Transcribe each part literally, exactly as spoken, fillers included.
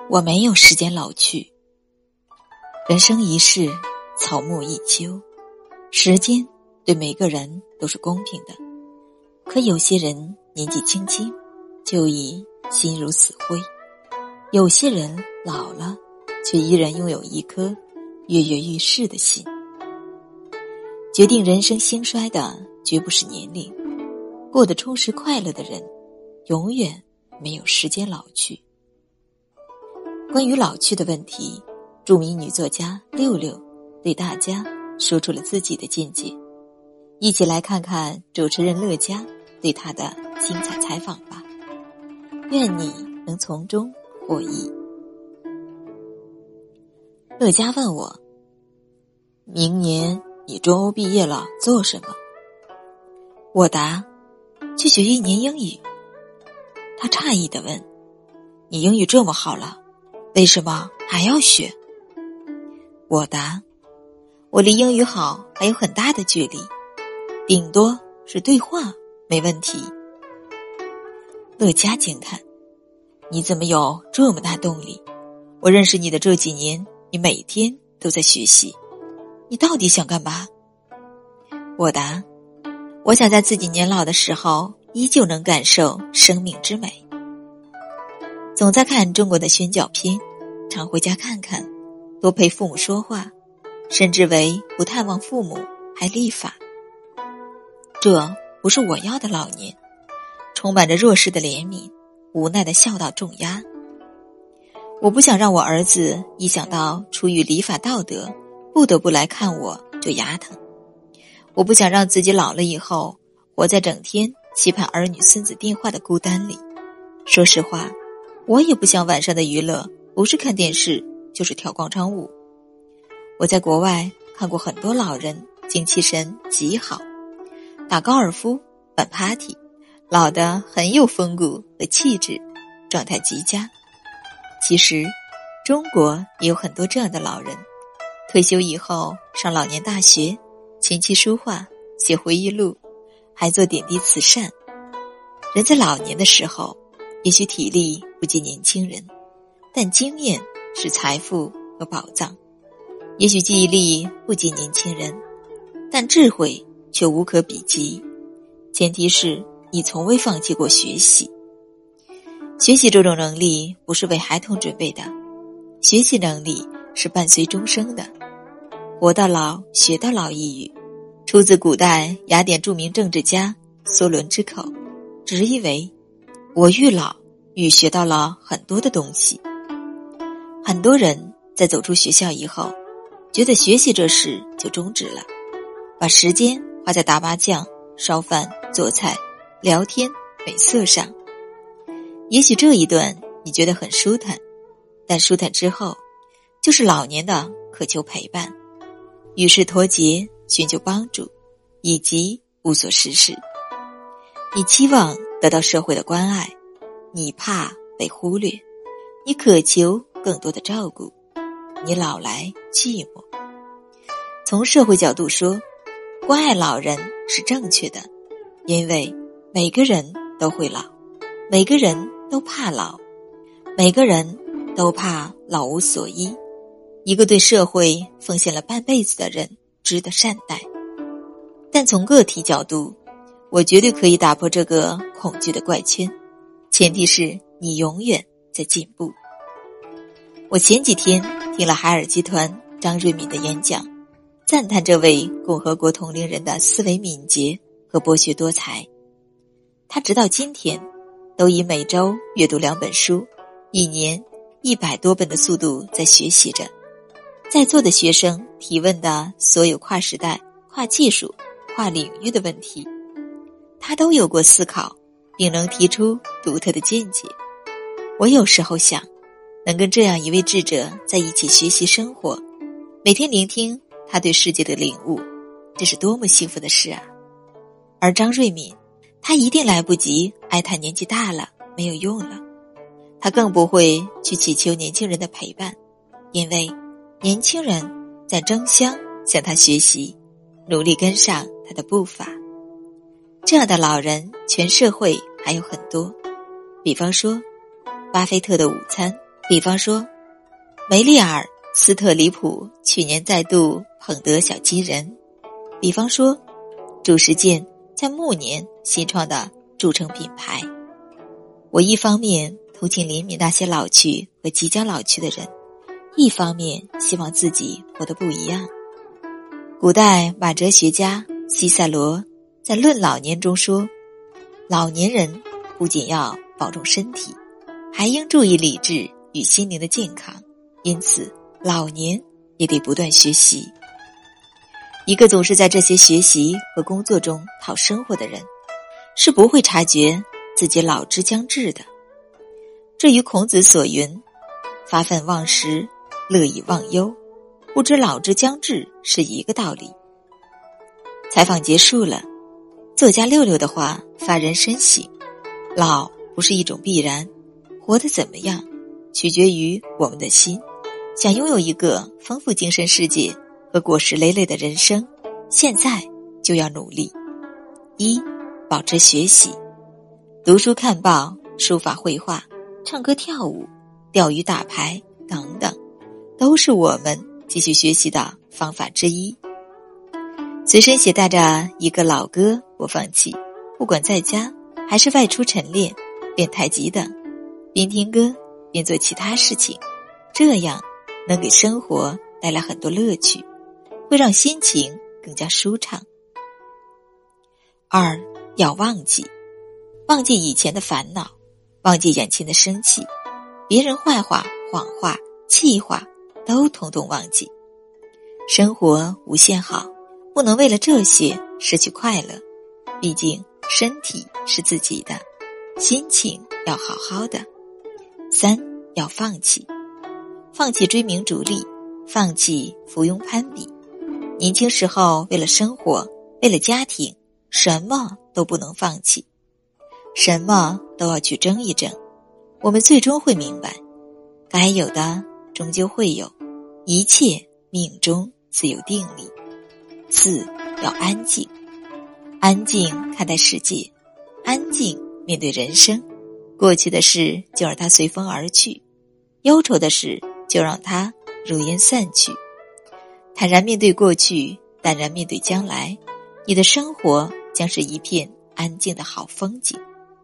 我没有时间老去。人生一世，草木一秋，时间对每个人都是公平的。可有些人年纪轻轻就已心如死灰，有些人老了却依然拥有一颗跃跃欲试的心。决定人生兴衰的绝不是年龄，过得充实快乐的人永远没有时间老去。关于老去的问题，著名女作家六六对大家说出了自己的见解。一起来看看主持人乐嘉对她的精彩采访吧，愿你能从中获益。乐嘉问我，明年你中欧毕业了做什么？我答，去学一年英语。他诧异地问，你英语这么好了，为什么还要学？我答，我离英语好还有很大的距离，顶多是对话没问题。乐嘉惊叹，你怎么有这么大动力？我认识你的这几年，你每天都在学习，你到底想干嘛？我答，我想在自己年老的时候依旧能感受生命之美。总在看中国的宣教片，常回家看看，多陪父母说话，甚至为不探望父母还立法。这不是我要的老年，充满着弱势的怜悯，无奈的孝道重压。我不想让我儿子一想到出于礼法道德不得不来看我就牙疼。我不想让自己老了以后活在整天期盼儿女孙子电话的孤单里。说实话，我也不想晚上的娱乐不是看电视就是跳广场舞。我在国外看过很多老人精气神极好，打高尔夫办 party， 老得很有风骨和气质，状态极佳。其实中国也有很多这样的老人，退休以后上老年大学，琴棋书画，写回忆录，还做点滴慈善。人在老年的时候，也许体力不及年轻人，但经验是财富和宝藏。也许记忆力不及年轻人，但智慧却无可比及。前提是你从未放弃过学习。学习这种能力不是为孩童准备的，学习能力是伴随终生的。活到老学到老一语出自古代雅典著名政治家梭伦之口，直译为，我愈老愈学到了很多的东西。很多人在走出学校以后，觉得学习这事就终止了，把时间花在打麻将、烧饭、做菜、聊天、美色上。也许这一段你觉得很舒坦，但舒坦之后就是老年的渴求陪伴，与世脱节，寻求帮助，以及无所事事。你期望得到社会的关爱，你怕被忽略，你渴求更多的照顾，你老来寂寞。从社会角度说，关爱老人是正确的，因为每个人都会老，每个人都怕老，每个人都怕老无所依。一个对社会奉献了半辈子的人值得善待。但从个体角度，我绝对可以打破这个恐惧的怪圈，前提是你永远在进步。我前几天听了海尔集团张瑞敏的演讲，赞叹这位共和国同龄人的思维敏捷和博学多才。他直到今天都以每周阅读两本书，一年一百多本的速度在学习着。在座的学生提问的所有跨时代、跨技术、跨领域的问题，他都有过思考，并能提出独特的见解。我有时候想，能跟这样一位智者在一起学习生活，每天聆听他对世界的领悟，这是多么幸福的事啊！而张瑞敏，他一定来不及哀叹年纪大了没有用了，他更不会去祈求年轻人的陪伴，因为年轻人在争相向他学习，努力跟上他的步伐。这样的老人全社会还有很多，比方说巴菲特的午餐比方说，梅丽尔·斯特里普去年再度捧得小金人。比方说，诛时健在暮年新创的著称品牌。我一方面同情怜悯那些老去和即将老去的人，一方面希望自己活得不一样。古代马哲学家西塞罗在《论老年》中说，老年人不仅要保重身体，还应注意理智与心灵的健康，因此老年也得不断学习。一个总是在这些学习和工作中讨生活的人，是不会察觉自己老之将至的。这与孔子所云发愤忘食，乐以忘忧，不知老之将至是一个道理。采访结束了，作家六六的话发人深省，老不是一种必然，活得怎么样取决于我们的心。想拥有一个丰富精神世界和果实累累的人生，现在就要努力。一、保持学习，读书看报、书法绘画、唱歌跳舞、钓鱼打牌等等，都是我们继续学习的方法之一。随身携带着一个老歌播放器，不管在家还是外出晨练、练太极等，边听歌边做其他事情，这样能给生活带来很多乐趣，会让心情更加舒畅。二、要忘记，忘记以前的烦恼，忘记眼前的生气，别人坏话、谎话、气话都统统忘记。生活无限好，不能为了这些失去快乐，毕竟身体是自己的，心情要好好的。三、要放弃，放弃追名逐利，放弃附庸攀比。年轻时候为了生活，为了家庭，什么都不能放弃，什么都要去争一争。我们最终会明白，该有的终究会有，一切命中自有定力。四、要安静，安静看待世界，安静面对人生。过去的事就让它随风而去，忧愁的事就让它如烟散去。坦然面对过去，淡然面对将来，你的生活将是一片安静的好风景。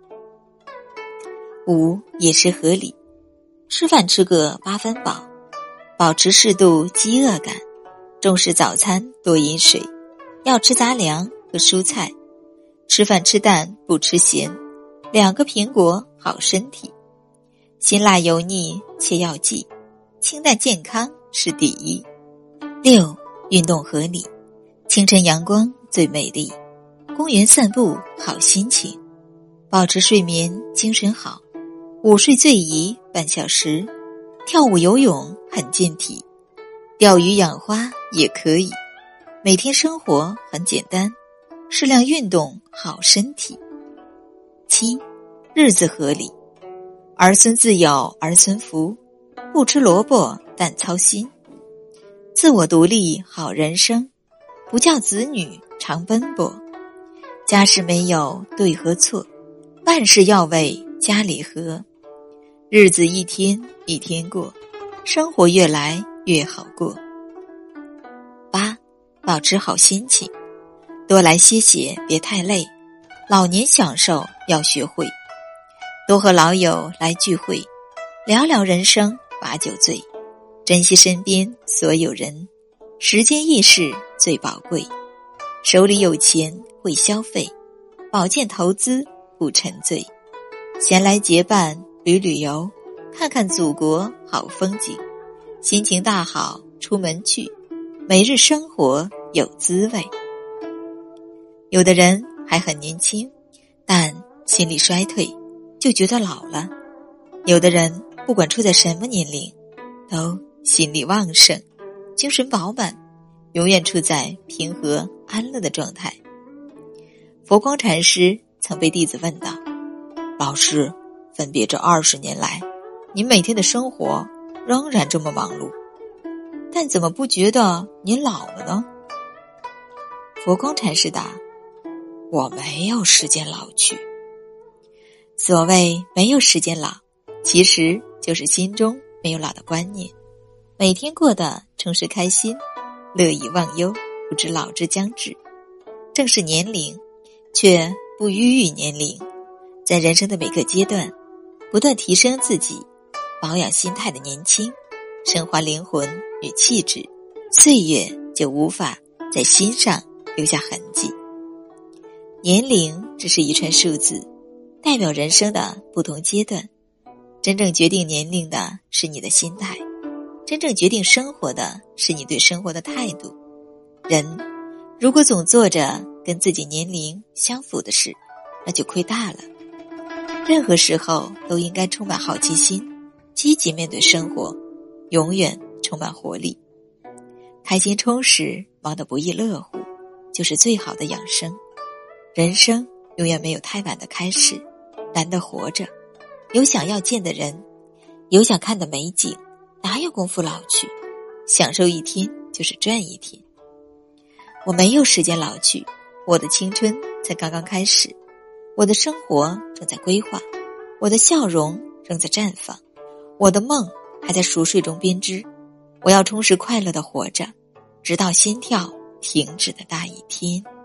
五、饮食合理，吃饭吃个八分饱，保持适度饥饿感，重视早餐多饮水，要吃杂粮和蔬菜，吃饭吃淡不吃咸，两个苹果好身体，辛辣油腻切要忌，清淡健康是第一。六、运动合理，清晨阳光最美丽，公园散步好心情，保持睡眠精神好，午睡最宜半小时，跳舞游泳很健体，钓鱼养花也可以。每天生活很简单，适量运动好身体。七、日子合理，儿孙自有儿孙福，不吃萝卜但操心，自我独立好人生，不叫子女常奔波，家事没有对和错，万事要为家里和，日子一天一天过，生活越来越好过。八、保持好心情，多来歇歇别太累，老年享受要学会，多和老友来聚会，聊聊人生把酒醉，珍惜身边所有人，时间易逝最宝贵，手里有钱会消费，保健投资不沉醉，闲来结伴旅旅游，看看祖国好风景，心情大好出门去，每日生活有滋味。有的人还很年轻，但心理衰退，就觉得老了。有的人不管处在什么年龄，都心力旺盛，精神饱满，永远处在平和安乐的状态。佛光禅师曾被弟子问道：老师，分别这二十年来，您每天的生活仍然这么忙碌，但怎么不觉得您老了呢？佛光禅师答：我没有时间老去。所谓没有时间老，其实就是心中没有老的观念，每天过得充实开心，乐以忘忧，不知老之将至。正是年龄，却不逾于年龄，在人生的每个阶段，不断提升自己，保养心态的年轻，升华灵魂与气质，岁月就无法在心上留下痕迹。年龄只是一串数字，代表人生的不同阶段。真正决定年龄的是你的心态，真正决定生活的是你对生活的态度。人如果总做着跟自己年龄相符的事，那就亏大了。任何时候都应该充满好奇心，积极面对生活，永远充满活力。开心充实，忙得不亦乐乎，就是最好的养生。人生永远没有太晚的开始，难得活着，有想要见的人，有想看的美景，哪有功夫老去？享受一天就是赚一天。我没有时间老去，我的青春才刚刚开始，我的生活正在规划，我的笑容正在绽放，我的梦还在熟睡中编织。我要充实快乐地活着，直到心跳停止的那一天。